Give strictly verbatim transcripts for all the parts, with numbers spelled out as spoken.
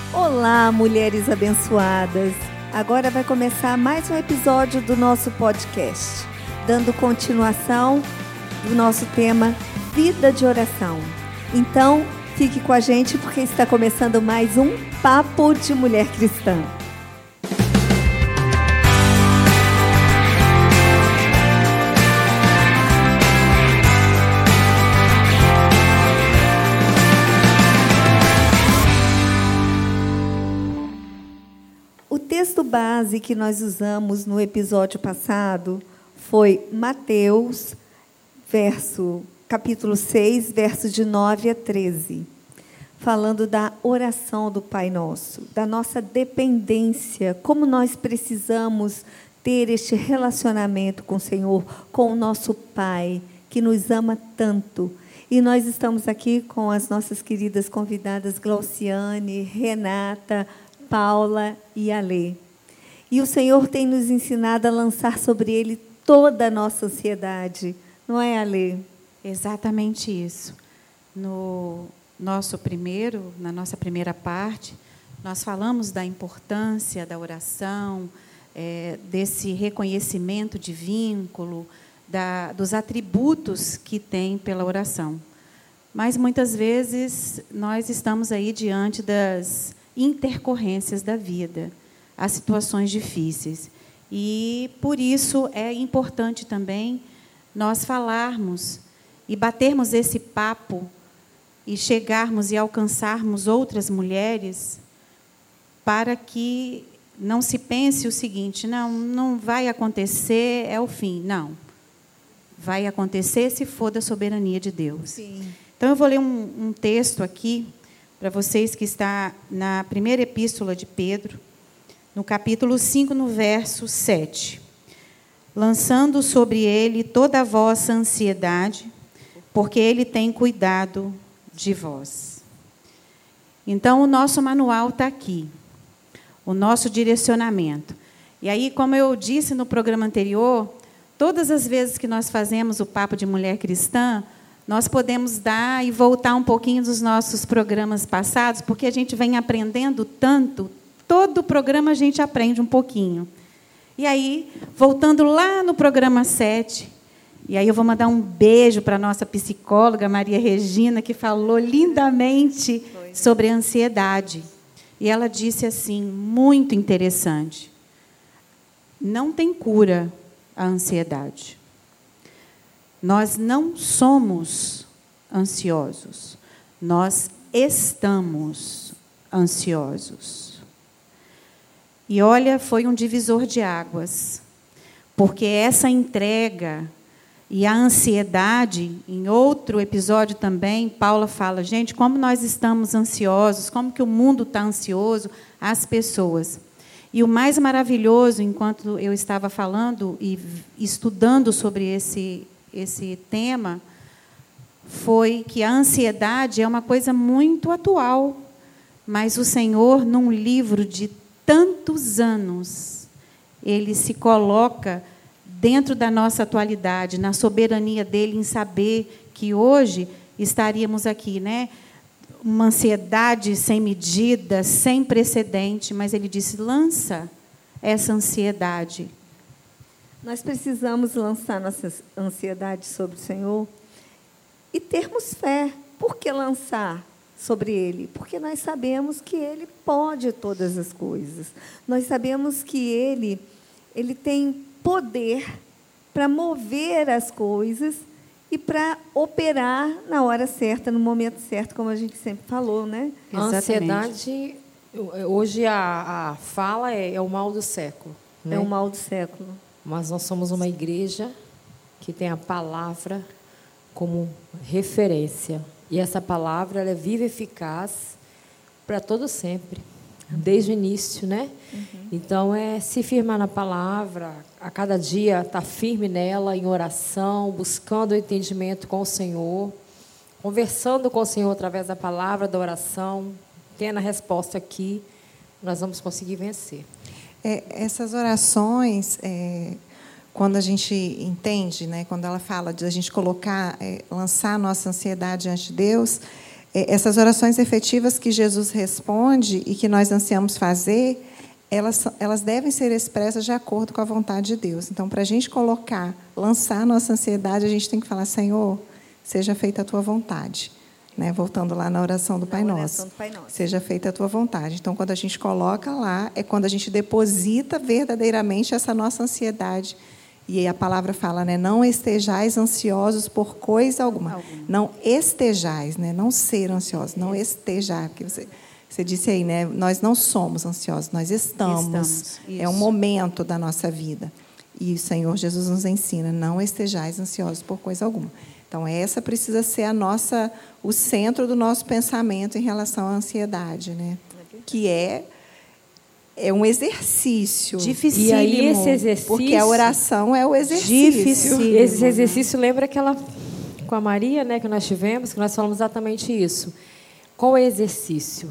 Olá, mulheres abençoadas! Agora vai começar mais um episódio do nosso podcast, dando continuação do nosso tema Vida de Oração. Então, fique com a gente porque está começando mais um Papo de Mulher Cristã. O texto base que nós usamos no episódio passado foi Mateus, verso, capítulo seis, verso de nove a treze, falando da oração do Pai Nosso, da nossa dependência, como nós precisamos ter este relacionamento com o Senhor, com o nosso Pai, que nos ama tanto. E nós estamos aqui com as nossas queridas convidadas Glauciane, Renata, Paula e Alê. E o Senhor tem nos ensinado a lançar sobre Ele toda a nossa ansiedade. Não é, Alê? Exatamente isso. No nosso primeiro, na nossa primeira parte, nós falamos da importância da oração, é, desse reconhecimento de vínculo, da, dos atributos que tem pela oração. Mas, muitas vezes, nós estamos aí diante das intercorrências da vida, as situações difíceis. E, por isso, é importante também nós falarmos e batermos esse papo e chegarmos e alcançarmos outras mulheres para que não se pense o seguinte, não, não vai acontecer, é o fim. Não. Vai acontecer se for da soberania de Deus. Sim. Então, eu vou ler um, um texto aqui para vocês, que está na primeira epístola de Pedro, no capítulo cinco, no verso sete. Lançando sobre ele toda a vossa ansiedade, porque ele tem cuidado de vós. Então, o nosso manual está aqui, o nosso direcionamento. E aí, como eu disse no programa anterior, todas as vezes que nós fazemos o Papo de Mulher Cristã, nós podemos dar e voltar um pouquinho dos nossos programas passados, porque a gente vem aprendendo tanto, todo programa a gente aprende um pouquinho. E aí, voltando lá no programa sete, e aí eu vou mandar um beijo para a nossa psicóloga, Maria Regina, que falou lindamente sobre a ansiedade. E ela disse assim, muito interessante, não tem cura a ansiedade. Nós não somos ansiosos, nós estamos ansiosos. E olha, foi um divisor de águas, porque essa entrega e a ansiedade, em outro episódio também, Paula fala, gente, como nós estamos ansiosos, como que o mundo está ansioso, as pessoas. E o mais maravilhoso, enquanto eu estava falando e estudando sobre esse esse tema, foi que a ansiedade é uma coisa muito atual, mas o Senhor, num livro de tantos anos, Ele se coloca dentro da nossa atualidade, na soberania dEle, em saber que hoje estaríamos aqui, né? Uma ansiedade sem medida, sem precedente, mas Ele disse, lança essa ansiedade. Nós precisamos lançar nossa ansiedade sobre o Senhor e termos fé. Por que lançar sobre Ele? Porque nós sabemos que Ele pode todas as coisas. Nós sabemos que Ele, Ele tem poder para mover as coisas e para operar na hora certa, no momento certo, como a gente sempre falou, né? A ansiedade, hoje a, a fala é, é o mal do século. Né? É o mal do século. Mas nós somos uma igreja que tem a palavra como referência. E essa palavra ela é viva e eficaz para todo sempre, desde o início, né? Uhum. Então, é se firmar na palavra, a cada dia estar firme nela, em oração, buscando o entendimento com o Senhor, conversando com o Senhor através da palavra, da oração, tendo a resposta aqui, nós vamos conseguir vencer. É, essas orações, é, quando a gente entende, né, quando ela fala de a gente colocar, é, lançar a nossa ansiedade diante de Deus, É, essas orações efetivas que Jesus responde e que nós ansiamos fazer, elas, elas devem ser expressas de acordo com a vontade de Deus. Então, para a gente colocar, lançar nossa ansiedade, a gente tem que falar: Senhor, seja feita a tua vontade. Né? Voltando lá na oração do Pai Nosso. do Pai Nosso. Seja feita a tua vontade. Então, quando a gente coloca lá, é quando a gente deposita verdadeiramente essa nossa ansiedade. E aí a palavra fala, né? Não estejais ansiosos por coisa alguma. alguma. Não estejais, né? Não ser ansiosos, não estejar. Porque você, você disse aí, né? Nós não somos ansiosos, nós estamos. estamos. É um momento da nossa vida. E o Senhor Jesus nos ensina: não estejais ansiosos por coisa alguma. Então, essa precisa ser a nossa, o centro do nosso pensamento em relação à ansiedade, né? Que é, é um exercício. Dificílimo. E aí, esse exercício... Porque a oração é o exercício. Dificílimo. Esse exercício lembra aquela... Com a Maria, né, que nós tivemos, que nós falamos exatamente isso. Qual é o exercício?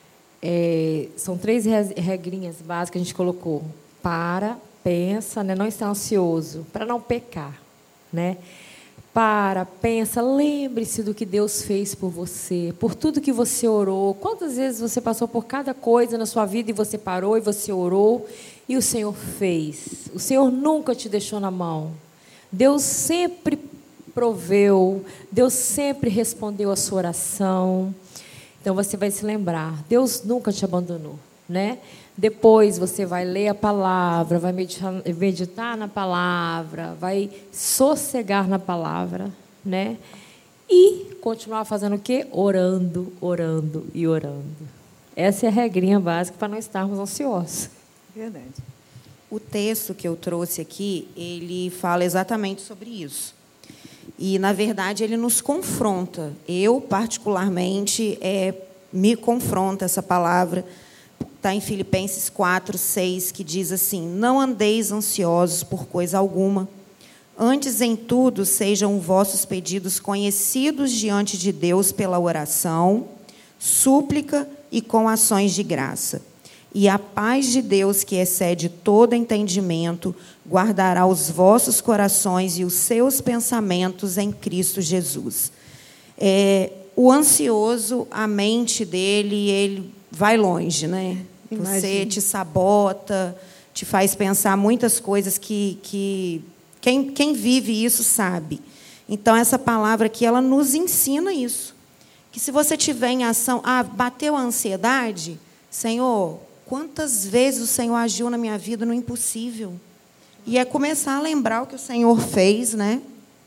É, são três regrinhas básicas que a gente colocou. Para, pensa, né, não está ansioso, para não pecar, né? Para, pensa, lembre-se do que Deus fez por você, por tudo que você orou. Quantas vezes você passou por cada coisa na sua vida e você parou e você orou e o Senhor fez? O Senhor nunca te deixou na mão. Deus sempre proveu, Deus sempre respondeu a sua oração. Então você vai se lembrar, Deus nunca te abandonou, né? Depois você vai ler a palavra, vai meditar, meditar na palavra, vai sossegar na palavra, né? E continuar fazendo o quê? Orando, orando e orando. Essa é a regrinha básica para não estarmos ansiosos. Verdade. O texto que eu trouxe aqui, ele fala exatamente sobre isso. E, na verdade, ele nos confronta. Eu, particularmente, é, me confronta essa palavra. Está em Filipenses quatro, seis, que diz assim: não andeis ansiosos por coisa alguma, antes em tudo sejam vossos pedidos conhecidos diante de Deus pela oração, súplica e com ações de graça. E a paz de Deus, que excede todo entendimento, guardará os vossos corações e os seus pensamentos em Cristo Jesus. É, o ansioso, a mente dele, ele vai longe, né? Imagina. Você te sabota, te faz pensar muitas coisas que, que quem, quem vive isso sabe. Então, essa palavra aqui, ela nos ensina isso. Que se você tiver em ação... Ah, bateu a ansiedade? Senhor, quantas vezes o Senhor agiu na minha vida no impossível? E é começar a lembrar o que o Senhor fez, né?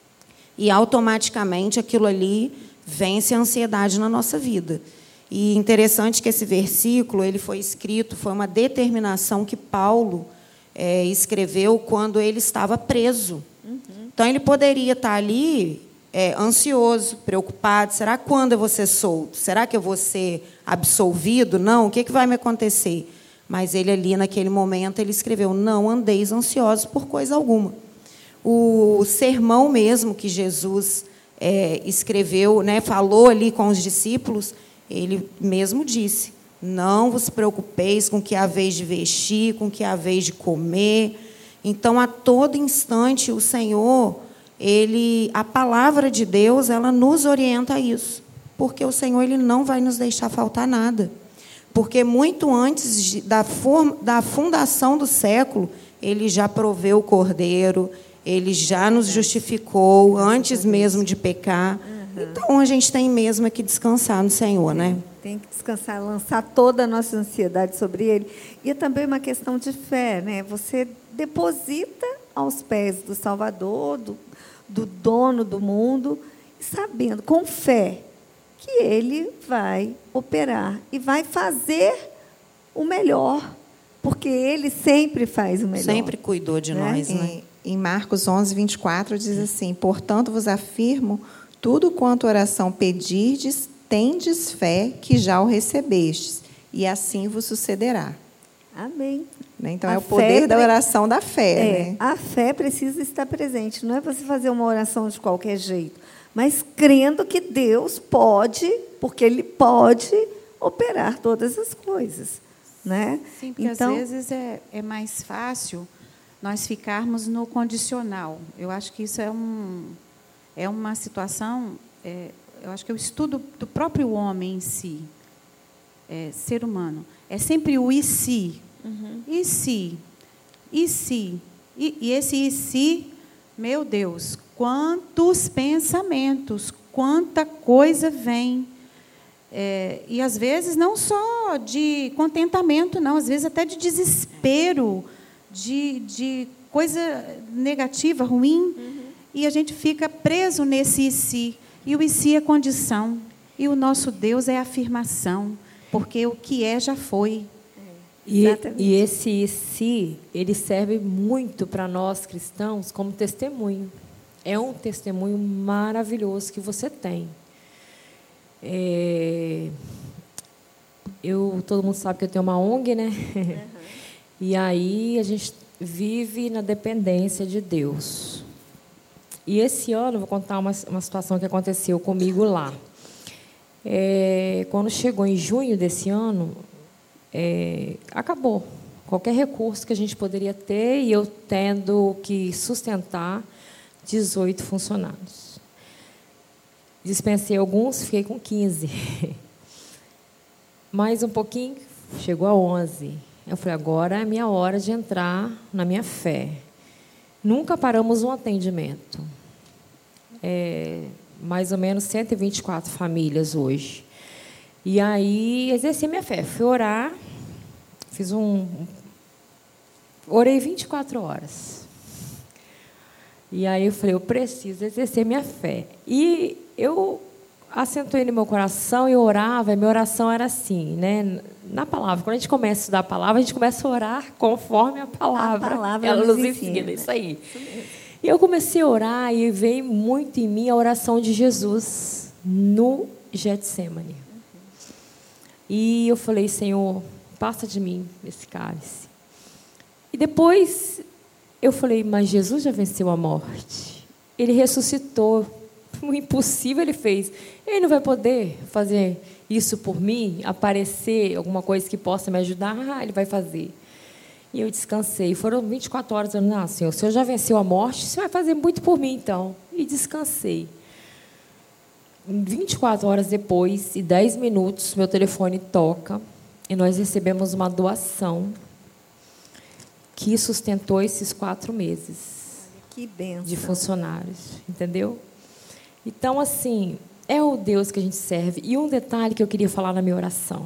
E, automaticamente, aquilo ali vence a ansiedade na nossa vida. E interessante que esse versículo ele foi escrito, foi uma determinação que Paulo é, escreveu quando ele estava preso. Uhum. Então, ele poderia estar ali é, ansioso, preocupado. Será quando eu vou ser solto? Será que eu vou ser absolvido? Não, o que, que vai me acontecer? Mas ele ali, naquele momento, ele escreveu: não andeis ansiosos por coisa alguma. O sermão mesmo que Jesus é, escreveu, né, falou ali com os discípulos, ele mesmo disse: não vos preocupeis com o que haveis de vestir, com o que haveis de comer. Então, a todo instante, o Senhor, ele, a palavra de Deus, ela nos orienta a isso. Porque o Senhor ele não vai nos deixar faltar nada. Porque, muito antes de, da, forma, da fundação do século, ele já proveu o Cordeiro, ele já nos justificou antes mesmo de pecar. Então, a gente tem mesmo que descansar no Senhor, né? Tem que descansar, lançar toda a nossa ansiedade sobre Ele. E é também uma questão de fé, né? Você deposita aos pés do Salvador, do, do dono do mundo, sabendo, com fé, que Ele vai operar e vai fazer o melhor, porque Ele sempre faz o melhor. Sempre cuidou de né? nós, né? Em, em Marcos onze, vinte e quatro, diz assim: portanto, vos afirmo, tudo quanto oração pedirdes, tendes fé que já o recebestes, e assim vos sucederá. Amém. Então, a é o poder da oração da fé. É, né? A fé precisa estar presente. Não é você fazer uma oração de qualquer jeito, mas crendo que Deus pode, porque Ele pode operar todas as coisas. Né? Sim, porque então, às vezes é, é mais fácil nós ficarmos no condicional. Eu acho que isso é um... É uma situação, é, eu acho que é o estudo do próprio homem em si, é, ser humano, é sempre o e se, uhum. e se, e se, e, e esse e se, meu Deus, quantos pensamentos, quanta coisa vem, é, e às vezes não só de contentamento, não, às vezes até de desespero, de, de coisa negativa, ruim, uhum. e a gente fica preso nesse e se. E o e se é condição. E o nosso Deus é afirmação. Porque o que é, já foi. E, e esse e se, ele serve muito para nós cristãos como testemunho. É um testemunho maravilhoso que você tem. É, eu, todo mundo sabe que eu tenho uma O N G, né? Uhum. E aí a gente vive na dependência de Deus. E esse ano, eu vou contar uma, uma situação que aconteceu comigo lá. É, quando chegou em junho desse ano, é, acabou. Qualquer recurso que a gente poderia ter, e eu tendo que sustentar dezoito funcionários. Dispensei alguns, fiquei com quinze. Mais um pouquinho, chegou a onze. Eu falei, agora é a minha hora de entrar na minha fé. Nunca paramos um atendimento. É, mais ou menos cento e vinte e quatro famílias hoje. E aí, exerci minha fé. Fui orar, fiz um... Orei vinte e quatro horas. E aí eu falei, eu preciso exercer minha fé. E eu acentuei no meu coração e orava, e minha oração era assim, né? Na palavra, quando a gente começa a estudar a palavra, a gente começa a orar conforme a palavra. A palavra ela nos ensina, ensina, isso aí. Isso mesmo. E eu comecei a orar e veio muito em mim a oração de Jesus no Getsemane. Uhum. E eu falei, Senhor, passa de mim esse cálice. E depois eu falei, mas Jesus já venceu a morte. Ele ressuscitou. O impossível ele fez. Ele não vai poder fazer isso por mim, aparecer alguma coisa que possa me ajudar? Ah, ele vai fazer. E eu descansei. Foram vinte e quatro horas. Eu não, Senhor, o Senhor já venceu a morte, o Senhor vai fazer muito por mim, então. E descansei. vinte e quatro horas depois, e dez minutos, meu telefone toca, e nós recebemos uma doação que sustentou esses quatro meses. Que bênção. De funcionários, entendeu? Então, assim, é o Deus que a gente serve. E um detalhe que eu queria falar na minha oração.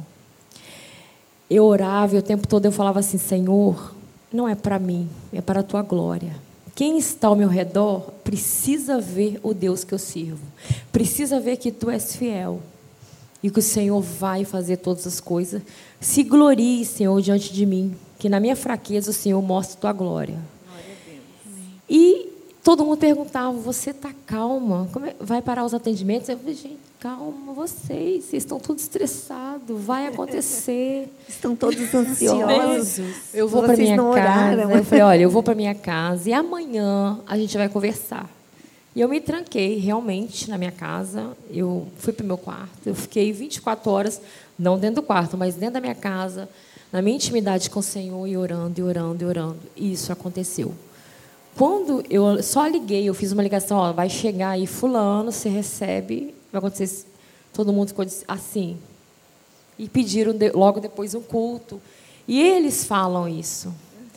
Eu orava e o tempo todo eu falava assim, Senhor, não é para mim, é para a Tua glória. Quem está ao meu redor precisa ver o Deus que eu sirvo. Precisa ver que Tu és fiel. E que o Senhor vai fazer todas as coisas. Se glorie, Senhor, diante de mim. Que na minha fraqueza o Senhor mostre Tua glória. Glória a Deus. E todo mundo perguntava, você está calma? Como é? Vai parar os atendimentos? Eu falei, gente, calma, vocês, vocês estão todos estressados, vai acontecer. Estão todos ansiosos. Eu vou para minha casa. Eu falei, olha, eu vou para minha casa e amanhã a gente vai conversar. E eu me tranquei, realmente, na minha casa. Eu fui para o meu quarto, eu fiquei vinte e quatro horas, não dentro do quarto, mas dentro da minha casa, na minha intimidade com o Senhor, e orando, e orando, e orando. E isso aconteceu. Quando eu só liguei, eu fiz uma ligação, ó, vai chegar aí fulano, você recebe, vai acontecer, todo mundo ficou assim. E pediram de, logo depois um culto. E eles falam isso.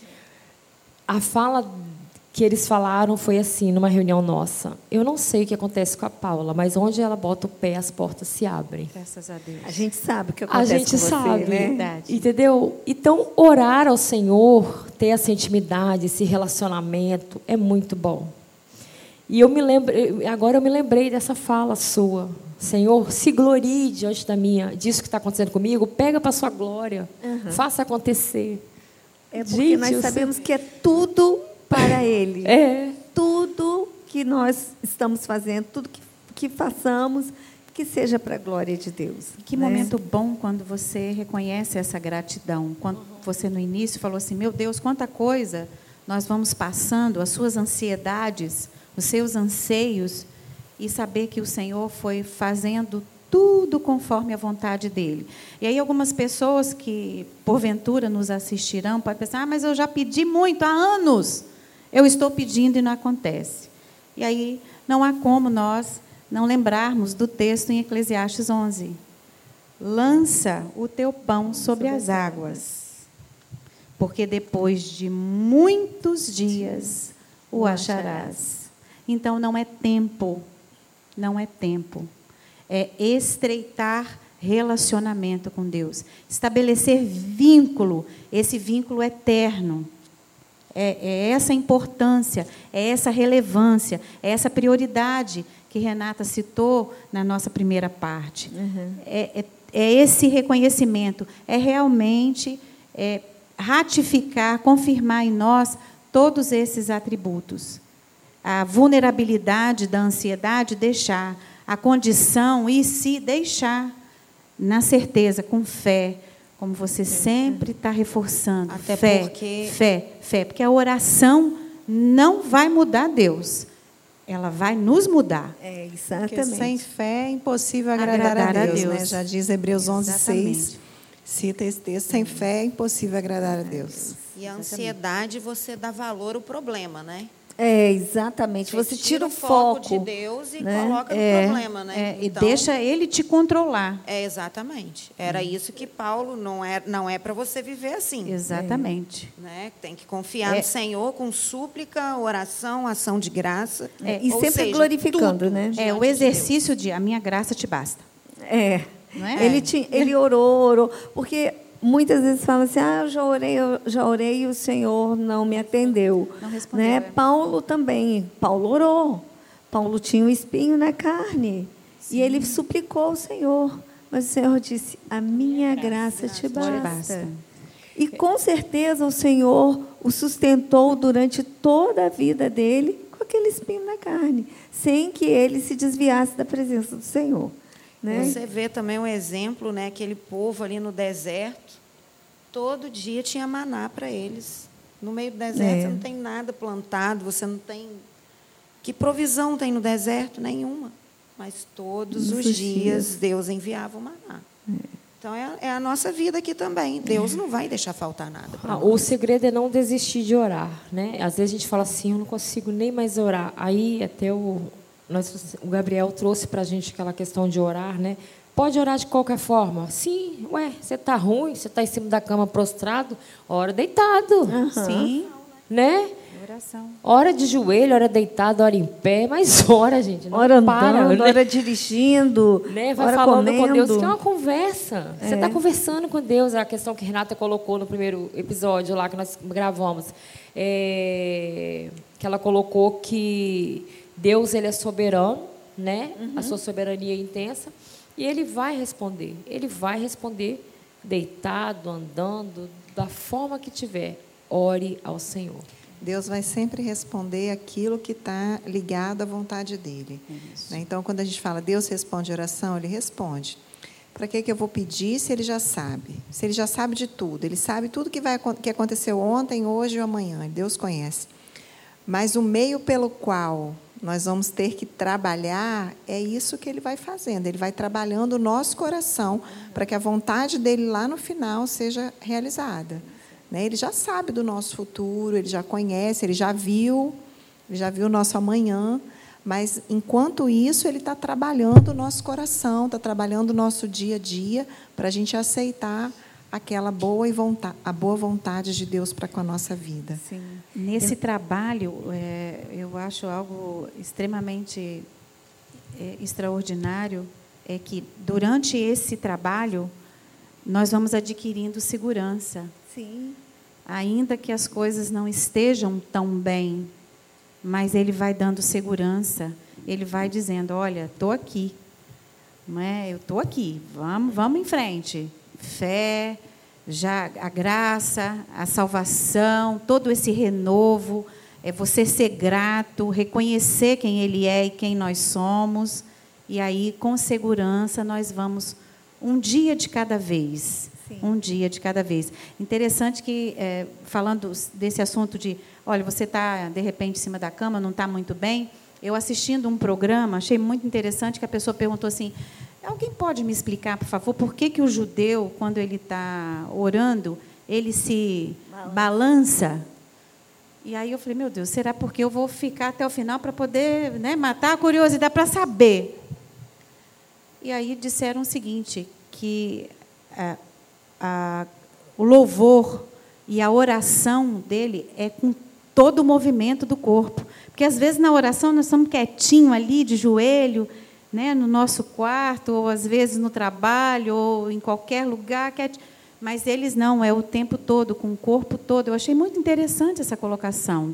A fala que eles falaram foi assim, numa reunião nossa. Eu não sei o que acontece com a Paula, mas onde ela bota o pé, as portas se abrem. Graças a Deus. A gente sabe o que acontece com você. A gente sabe, né? Verdade. Entendeu? Então, orar ao Senhor, ter essa intimidade, esse relacionamento, é muito bom. E eu me lembro, agora eu me lembrei dessa fala sua. Senhor, se glorie diante da minha, disso que está acontecendo comigo, pega para a sua glória, uhum. faça acontecer. É porque gente, nós sabemos sei. que é tudo para Ele. É. Tudo que nós estamos fazendo, tudo que, que façamos, que seja para a glória de Deus. Que né? momento bom quando você reconhece essa gratidão. Quando uhum. você, no início, falou assim, meu Deus, quanta coisa nós vamos passando, as suas ansiedades, os seus anseios, e saber que o Senhor foi fazendo tudo conforme a vontade dEle. E aí algumas pessoas que, porventura, nos assistirão, podem pensar, ah, mas eu já pedi muito, há anos. Eu estou pedindo e não acontece. E aí não há como nós não lembrarmos do texto em Eclesiastes onze. Lança o teu pão sobre as águas, porque depois de muitos dias o acharás. Então, não é tempo, não é tempo. É estreitar relacionamento com Deus. Estabelecer vínculo, esse vínculo eterno. É, é essa importância, é essa relevância, é essa prioridade que Renata citou na nossa primeira parte. Uhum. É, é, é esse reconhecimento, é realmente é, ratificar, confirmar em nós todos esses atributos. A vulnerabilidade da ansiedade, deixar. A condição e se deixar, na certeza, com fé, como você sempre está reforçando. Até fé, porque... fé, fé. Porque a oração não vai mudar Deus. Ela vai nos mudar. É, exatamente. Porque sem fé é impossível agradar, agradar a, Deus, a Deus. Né? Já diz Hebreus onze, seis. Cita esse texto. Sem fé é impossível agradar a Deus. E a ansiedade, você dá valor ao problema, né? É, exatamente. Você, você tira o foco, foco de Deus e né? coloca é, no problema, né? É, então, e deixa ele te controlar. É, exatamente. Era hum. isso que Paulo não é, não é para você viver assim. Exatamente. É. Né? Tem que confiar é. no Senhor com súplica, oração, ação de graça. É, e sempre seja, glorificando, né? É o exercício de, de a minha graça te basta. É. Não é? Ele, tinha, ele orou, orou. Porque muitas vezes fala assim, ah, eu já orei, eu já orei e o Senhor não me atendeu. Não respondeu. Né? É. Paulo também. Paulo orou. Paulo tinha um espinho na carne. Sim. E ele suplicou ao Senhor. Mas o Senhor disse, a minha graça, graça te basta. basta. E com certeza o Senhor o sustentou durante toda a vida dele com aquele espinho na carne, sem que ele se desviasse da presença do Senhor. Né? Você vê também um exemplo, né? Aquele povo ali no deserto, todo dia tinha maná para eles. No meio do deserto, é. Você não tem nada plantado, você não tem... Que provisão tem no deserto? Nenhuma. Mas todos os dias, dias Deus enviava o maná. É. Então, é, é a nossa vida aqui também. Deus não vai deixar faltar nada. Ah, o segredo é não desistir de orar, né? Às vezes a gente fala assim, eu não consigo nem mais orar. Aí até o... Nós, o Gabriel trouxe para a gente aquela questão de orar, né? Pode orar de qualquer forma. Sim, ué, você está ruim, você está em cima da cama prostrado, ora deitado. Uhum. Sim. Né? Oração. Ora de joelho, ora deitado, ora em pé, mas ora, gente. Não ora para, andando, né? ora dirigindo, né? Vai ora falando comendo. com Deus, que é uma conversa. É. Você está conversando com Deus. É a questão que a Renata colocou no primeiro episódio lá que nós gravamos. É, que ela colocou que Deus, ele é soberano, né? Uhum. A sua soberania é intensa, e ele vai responder. Ele vai responder deitado, andando, da forma que tiver. Ore ao Senhor. Deus vai sempre responder aquilo que está ligado à vontade dele. Né? Então, quando a gente fala Deus responde oração, ele responde. Para que que eu vou pedir se ele já sabe? Se ele já sabe de tudo, ele sabe tudo que, vai, que aconteceu ontem, hoje ou amanhã, Deus conhece. Mas o meio pelo qual nós vamos ter que trabalhar, é isso que ele vai fazendo. Ele vai trabalhando o nosso coração para que a vontade dele lá no final seja realizada. Né? Ele já sabe do nosso futuro, ele já conhece, ele já viu, ele já viu o nosso amanhã, mas, enquanto isso, ele está trabalhando o nosso coração, está trabalhando o nosso dia a dia para a gente aceitar aquela boa, e vontade, a boa vontade de Deus para com a nossa vida. Sim. Nesse eu... trabalho, é, eu acho algo extremamente é, extraordinário, é que, durante esse trabalho, nós vamos adquirindo segurança. Sim. Ainda que as coisas não estejam tão bem, mas ele vai dando segurança, ele vai dizendo, olha, estou aqui, não é? Eu estou aqui, vamos, vamos em frente. Fé, já a graça, a salvação, todo esse renovo, é você ser grato, reconhecer quem ele é e quem nós somos, e aí, com segurança, nós vamos um dia de cada vez. Sim. Um dia de cada vez. Interessante que, é, falando desse assunto de, olha, você está, de repente, em cima da cama, não está muito bem, eu assistindo um programa, achei muito interessante que a pessoa perguntou assim, alguém pode me explicar, por favor, por que, que o judeu, quando ele está orando, ele se balança? E aí eu falei, meu Deus, será porque eu vou ficar até o final para poder, né, matar a curiosidade para saber? E aí disseram o seguinte, que a, a, o louvor e a oração dele é com todo o movimento do corpo. Porque, às vezes, na oração, nós estamos quietinhos ali, de joelho, né, no nosso quarto, ou, às vezes, no trabalho, ou em qualquer lugar, quietinho. Mas eles não, é o tempo todo, com o corpo todo. Eu achei muito interessante essa colocação.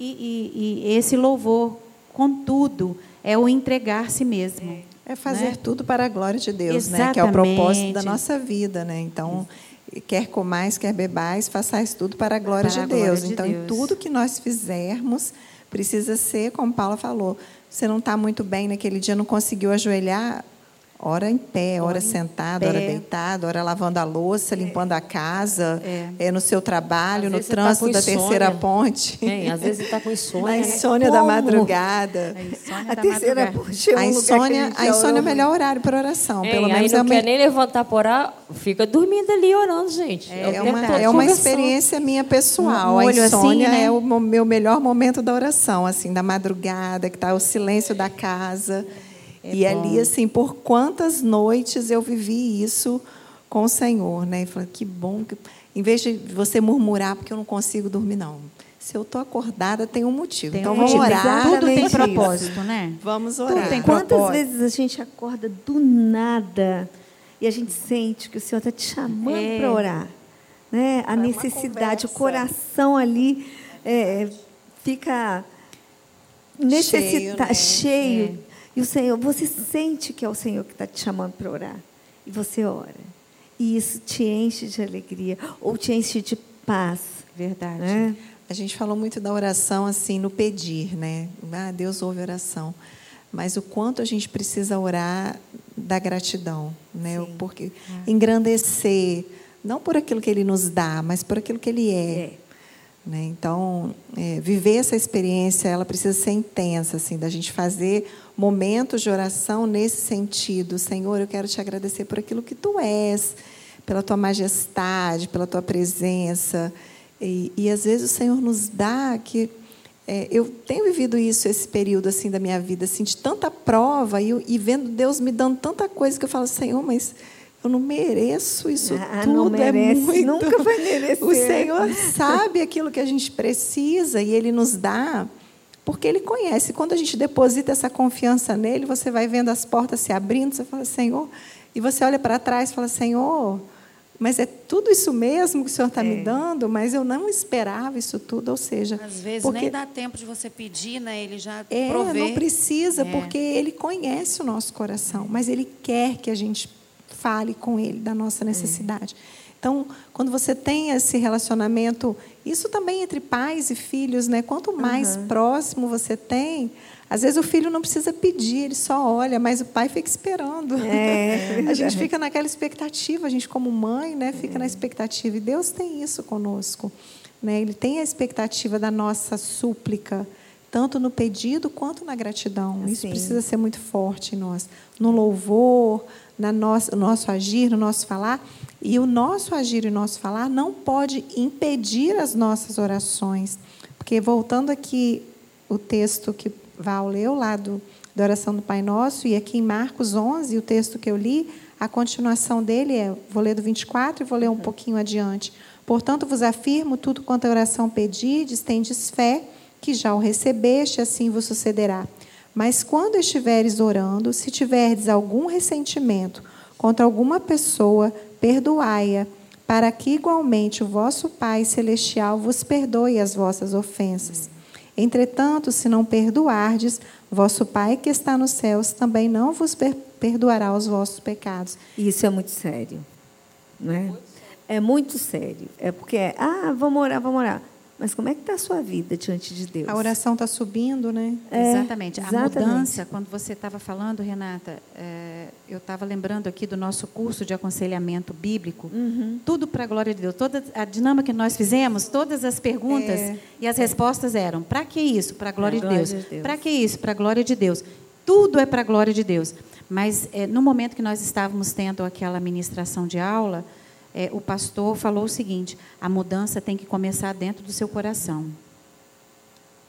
E, e, e esse louvor, contudo, é o entregar-se mesmo. É fazer, né, tudo para a glória de Deus, Exatamente. Né? Que é o propósito da nossa vida. Né? Então, quer comais, quer bebais, façais tudo para a glória, para de, a glória Deus. de então, Deus. Então, em tudo que nós fizermos, precisa ser, como Paula falou, você não está muito bem naquele dia, não conseguiu ajoelhar, ora em pé, ora, ora sentado, ora deitado, ora lavando a louça, é. limpando a casa, é. É, no seu trabalho, às no trânsito tá da terceira ponte. É, às vezes você está com insônia. A insônia da madrugada. A insônia a da terceira madrugada. ponte é um a insônia, lugar que a, a insônia é o melhor horário para oração. É, pelo aí menos não é uma... quer nem levantar para orar, fica dormindo ali orando, gente. É, é uma, é uma experiência minha pessoal. Um a olho insônia assim, né? é o meu melhor momento da oração, assim, da madrugada, que está o silêncio da casa. É e bom. Ali, assim, por quantas noites eu vivi isso com o Senhor, né? E falei, que bom. Que... Em vez de você murmurar, porque eu não consigo dormir, não. Se eu estou acordada, tem um motivo. Tem então, um vamos motivo. orar. Tudo tem propósito, né? Vamos orar. Tudo tem Quantas propósito. vezes a gente acorda do nada e a gente sente que o Senhor está te chamando é. para orar? Né? A necessidade, o coração ali é, fica necessitado, cheio. Né? cheio. É. E o Senhor, você sente que é o Senhor que está te chamando para orar. E você ora. E isso te enche de alegria, ou te enche de paz. Verdade. Né? A gente falou muito da oração assim, no pedir, né? Ah, Deus ouve a oração. Mas o quanto a gente precisa orar da gratidão, né? Sim. Porque é. engrandecer, não por aquilo que Ele nos dá, mas por aquilo que Ele é. é. Né? Então, é, viver essa experiência, ela precisa ser intensa, assim, da gente fazer momentos de oração nesse sentido. Senhor, eu quero te agradecer por aquilo que Tu és, pela Tua majestade, pela Tua presença. E, e às vezes o Senhor nos dá que... É, eu tenho vivido isso, esse período assim, da minha vida, assim, de tanta prova, e, e vendo Deus me dando tanta coisa, que eu falo, Senhor, mas... eu não mereço isso ah, tudo, não merece, é muito. Nunca vai merecer. O Senhor sabe aquilo que a gente precisa e Ele nos dá, porque Ele conhece. Quando a gente deposita essa confiança nele, você vai vendo as portas se abrindo, você fala, Senhor, e você olha para trás e fala, Senhor, mas é tudo isso mesmo que o Senhor está é. me dando, mas eu não esperava isso tudo, ou seja... Às vezes porque, nem dá tempo de você pedir, né? Ele já é, provê. Não precisa, é. porque Ele conhece o nosso coração, mas Ele quer que a gente fale com Ele da nossa necessidade. É. Então, quando você tem esse relacionamento, isso também entre pais e filhos, né? Quanto mais uhum. próximo você tem, às vezes o filho não precisa pedir, ele só olha, mas o pai fica esperando. É. A gente fica naquela expectativa, a gente como mãe, né, fica é. na expectativa. E Deus tem isso conosco, né? Ele tem a expectativa da nossa súplica, tanto no pedido quanto na gratidão. Isso Sim. precisa ser muito forte em nós. No louvor, na nossa, no nosso agir, no nosso falar. E o nosso agir e o nosso falar não pode impedir as nossas orações. Porque, voltando aqui o texto que Val leu, lá do, da oração do Pai Nosso, e aqui em Marcos onze, o texto que eu li, a continuação dele é, vou ler do vinte e quatro e vou ler um pouquinho adiante. Portanto, vos afirmo, tudo quanto a oração pedirdes, tendes fé, que já o recebeste, assim vos sucederá. Mas quando estiveres orando, se tiverdes algum ressentimento contra alguma pessoa, perdoai-a, para que igualmente o vosso Pai Celestial vos perdoe as vossas ofensas. Entretanto, se não perdoardes, vosso Pai que está nos céus também não vos perdoará os vossos pecados. Isso é muito sério, não é? É muito sério. É porque, ah, vamos orar, vamos orar. Mas como é que está a sua vida diante de Deus? A oração está subindo, né? É, exatamente. A exatamente. mudança, quando você estava falando, Renata, é, eu estava lembrando aqui do nosso curso de aconselhamento bíblico, uhum. tudo para a glória de Deus. Toda a dinâmica que nós fizemos, todas as perguntas é. e as respostas eram, para que isso? Para a glória, glória de Deus. Deus. Para que isso? Para a glória de Deus. Tudo é para a glória de Deus. Mas, é, no momento que nós estávamos tendo aquela ministração de aula, É, o pastor falou o seguinte, a mudança tem que começar dentro do seu coração.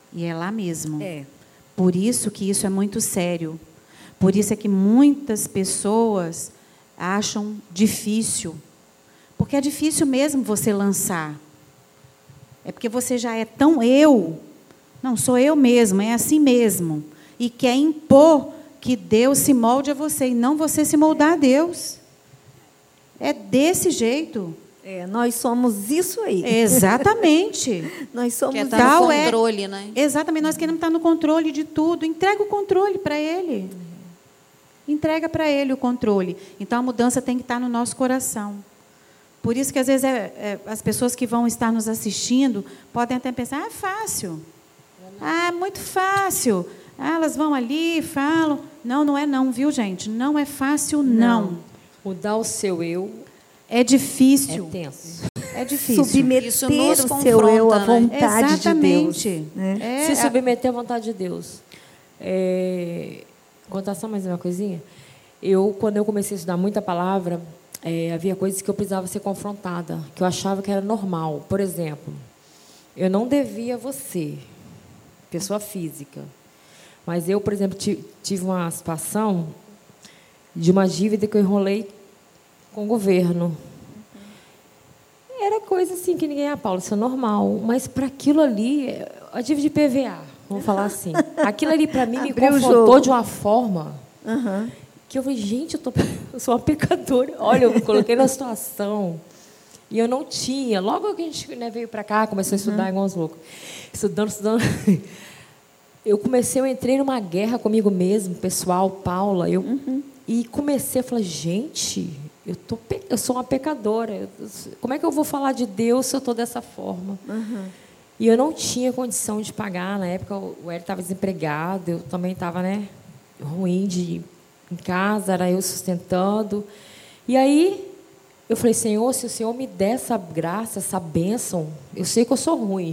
E é lá mesmo. É. Por isso que isso é muito sério. Por isso é que muitas pessoas acham difícil. Porque é difícil mesmo você lançar. É porque você já é tão eu. Não, sou eu mesmo, é assim mesmo. E quer impor que Deus se molde a você e não você se moldar a Deus. É desse jeito. É, nós somos isso aí. Exatamente. Nós somos Quer isso. estar no Tal é- controle, né? Exatamente, nós queremos estar no controle de tudo. Entrega o controle para Ele. Entrega para Ele o controle. Então, a mudança tem que estar no nosso coração. Por isso que, às vezes, é, é, as pessoas que vão estar nos assistindo podem até pensar, ah, é fácil. Ah, é muito fácil. Ah, elas vão ali, falam. Não, não é não, viu, gente? Não é fácil, não. Mudar o seu eu É é difícil. tenso. É difícil. submeter Isso nos o seu confronta, eu à né? vontade Exatamente. de Deus. Né? É, Se a- submeter à vontade de Deus. É, contar só mais uma coisinha. Eu, quando eu comecei a estudar muita palavra, é, havia coisas que eu precisava ser confrontada, que eu achava que era normal. Por exemplo, eu não devia a você, pessoa física. Mas eu, por exemplo, ti- tive uma situação de uma dívida que eu enrolei com o governo. Era coisa assim que ninguém, ah, Paulo, isso é normal. Mas para aquilo ali, a dívida de P V A, vamos falar assim. Aquilo ali, para mim, me Abriu o confrontou jogo. de uma forma Aham. que eu falei, gente, eu, tô, eu sou uma pecadora. Olha, eu me coloquei na situação. E eu não tinha. Logo que a gente, né, veio para cá, começou a estudar igual uns loucos. Estudando, estudando. Eu comecei, eu entrei numa guerra comigo mesmo, pessoal, Paula. Eu, E comecei a falar, gente, eu, tô, pe- eu sou uma pecadora. Eu- como é que eu vou falar de Deus se eu estou dessa forma? E eu não tinha condição de pagar. Na época, o o Hélio estava desempregado, eu também estava, né, ruim de em casa, era eu sustentando. E aí, eu falei, Senhor, se o Senhor me der essa graça, essa bênção, eu sei que eu sou ruim.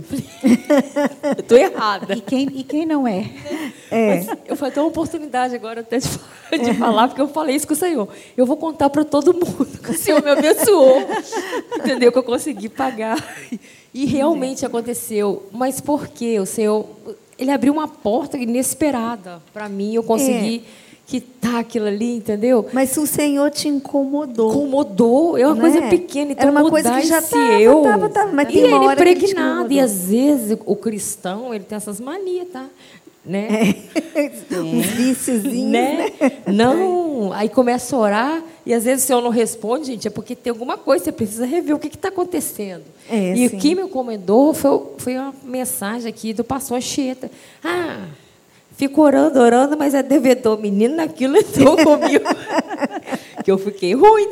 Eu estou errada. E quem, e quem não é? É. Eu falei, tem uma oportunidade agora até de, de falar, porque eu falei isso com o Senhor. Eu vou contar para todo mundo que o Senhor me abençoou. Entendeu? Que eu consegui pagar. E realmente aconteceu. Mas por quê? O Senhor, Ele abriu uma porta inesperada para mim. Eu consegui quitar aquilo ali, entendeu? Mas o Senhor te incomodou. Incomodou. É uma Né? coisa pequena. Então, Era uma coisa mudar que já esse tava, eu. tava, tava, mas e tem uma ele hora que te impregnado. E incomodou. às vezes o cristão, ele tem essas manias, tá? Né? Uns viciozinhos, né? né? Não, aí começa a orar e às vezes o Senhor não responde, gente, é porque tem alguma coisa, você precisa rever o que está acontecendo. É, e sim. o que me encomendou foi, foi uma mensagem aqui do pastor Anchieta. Ah, fico orando, orando, mas é devedor. Menino, naquilo entrou comigo. Que eu fiquei ruim.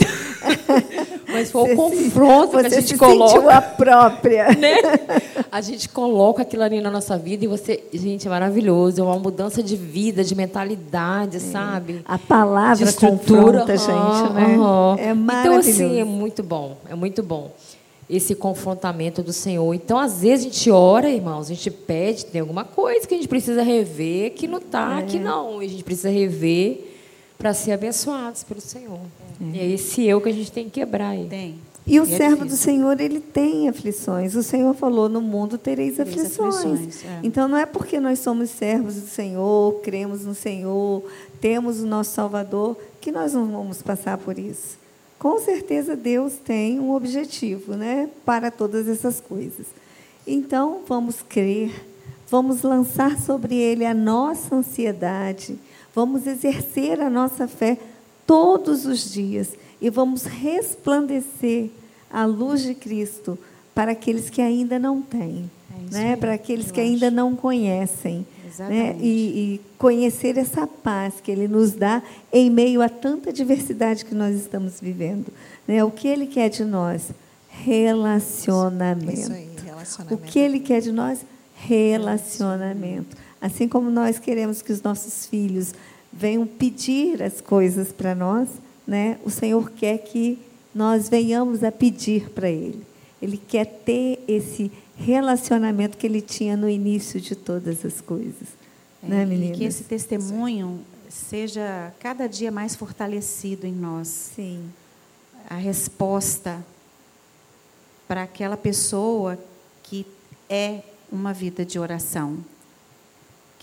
Mas foi o confronto que a Você gente se coloca. sentiu a própria. Né? A gente coloca aquilo ali na nossa vida e você, gente, é maravilhoso, é uma mudança de vida, de mentalidade, sabe? A palavra De estrutura, confronta, gente, aham, né? aham. É Então, maravilhoso. assim, é muito bom, é muito bom esse confrontamento do Senhor. Então, às vezes, a gente ora, irmãos, a gente pede, tem alguma coisa que a gente precisa rever, que não está, que não, e a gente precisa rever para ser abençoados pelo Senhor. E é esse eu que a gente tem que quebrar aí. Tem. E o E é servo do difícil. Senhor, ele tem aflições. O Senhor falou, no mundo tereis Tereis aflições. aflições, é. Então, não é porque nós somos servos do Senhor, cremos no Senhor, temos o nosso Salvador, que nós não vamos passar por isso. Com certeza, Deus tem um objetivo, né, para todas essas coisas. Então, vamos crer, vamos lançar sobre Ele a nossa ansiedade, vamos exercer a nossa fé todos os dias e vamos resplandecer a luz de Cristo para aqueles que ainda não têm, É isso né? aí, Para aqueles eu que ainda acho. não conhecem, né? Exatamente. E, e conhecer essa paz que Ele nos dá em meio a tanta diversidade que nós estamos vivendo, né? O que Ele quer de nós? Relacionamento. Isso aí, O relacionamento. que Ele quer de nós? Relacionamento. Assim como nós queremos que os nossos filhos venham pedir as coisas para nós, né? O Senhor quer que nós venhamos a pedir para Ele. Ele quer ter esse relacionamento que Ele tinha no início de todas as coisas. É, Né, e meninas? que esse testemunho seja cada dia mais fortalecido em nós. Sim. A resposta para aquela pessoa que é uma vida de oração.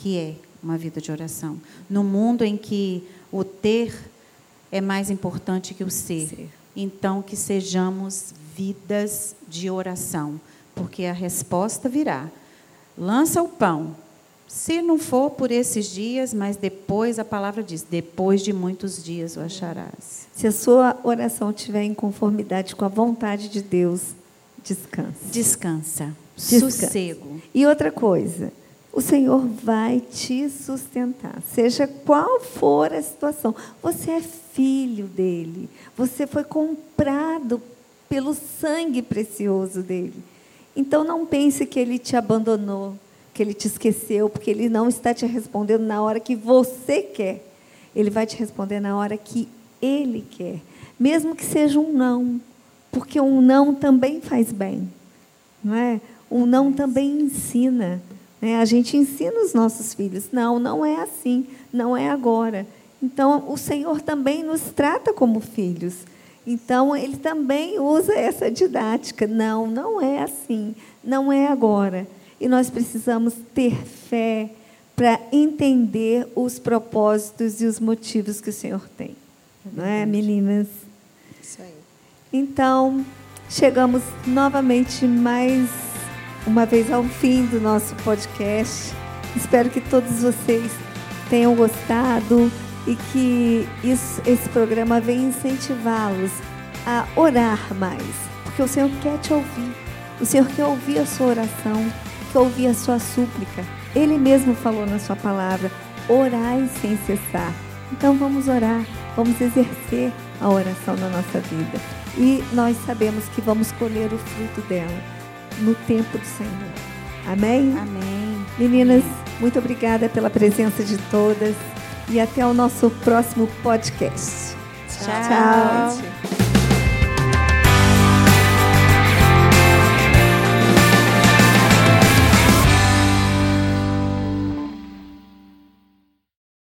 que é uma vida de oração. No mundo em que o ter é mais importante que o ser. ser. Então, que sejamos vidas de oração, porque a resposta virá. Lança o pão. Se não for por esses dias, mas depois, a palavra diz, depois de muitos dias o acharás. Se a sua oração estiver em conformidade com a vontade de Deus, descansa. Descansa. Descansa. Sossego. E outra coisa, o Senhor vai te sustentar, seja qual for a situação. Você é filho dele. Você foi comprado pelo sangue precioso dele. Então, não pense que ele te abandonou, que ele te esqueceu, porque ele não está te respondendo na hora que você quer. Ele vai te responder na hora que ele quer, mesmo que seja um não, porque um não também faz bem, não é? Um não também ensina, né? A gente ensina os nossos filhos, não, não é assim, não é agora. Então, o Senhor também nos trata como filhos. Então, Ele também usa essa didática, não, não é assim, não é agora. E nós precisamos ter fé para entender os propósitos e os motivos que o Senhor tem. Não é, meninas? Isso aí. Então, chegamos novamente mais uma vez ao fim do nosso podcast. Espero que todos vocês tenham gostado e que isso, esse programa venha incentivá-los a orar mais, porque o Senhor quer te ouvir. O Senhor quer ouvir a sua oração, quer ouvir a sua súplica. Ele mesmo falou na sua palavra, orai sem cessar. Então vamos orar, vamos exercer a oração na nossa vida. E nós sabemos que vamos colher o fruto dela no tempo do Senhor. Amém? Amém. Meninas, muito obrigada pela presença de todas e até o nosso próximo podcast. Tchau. Tchau.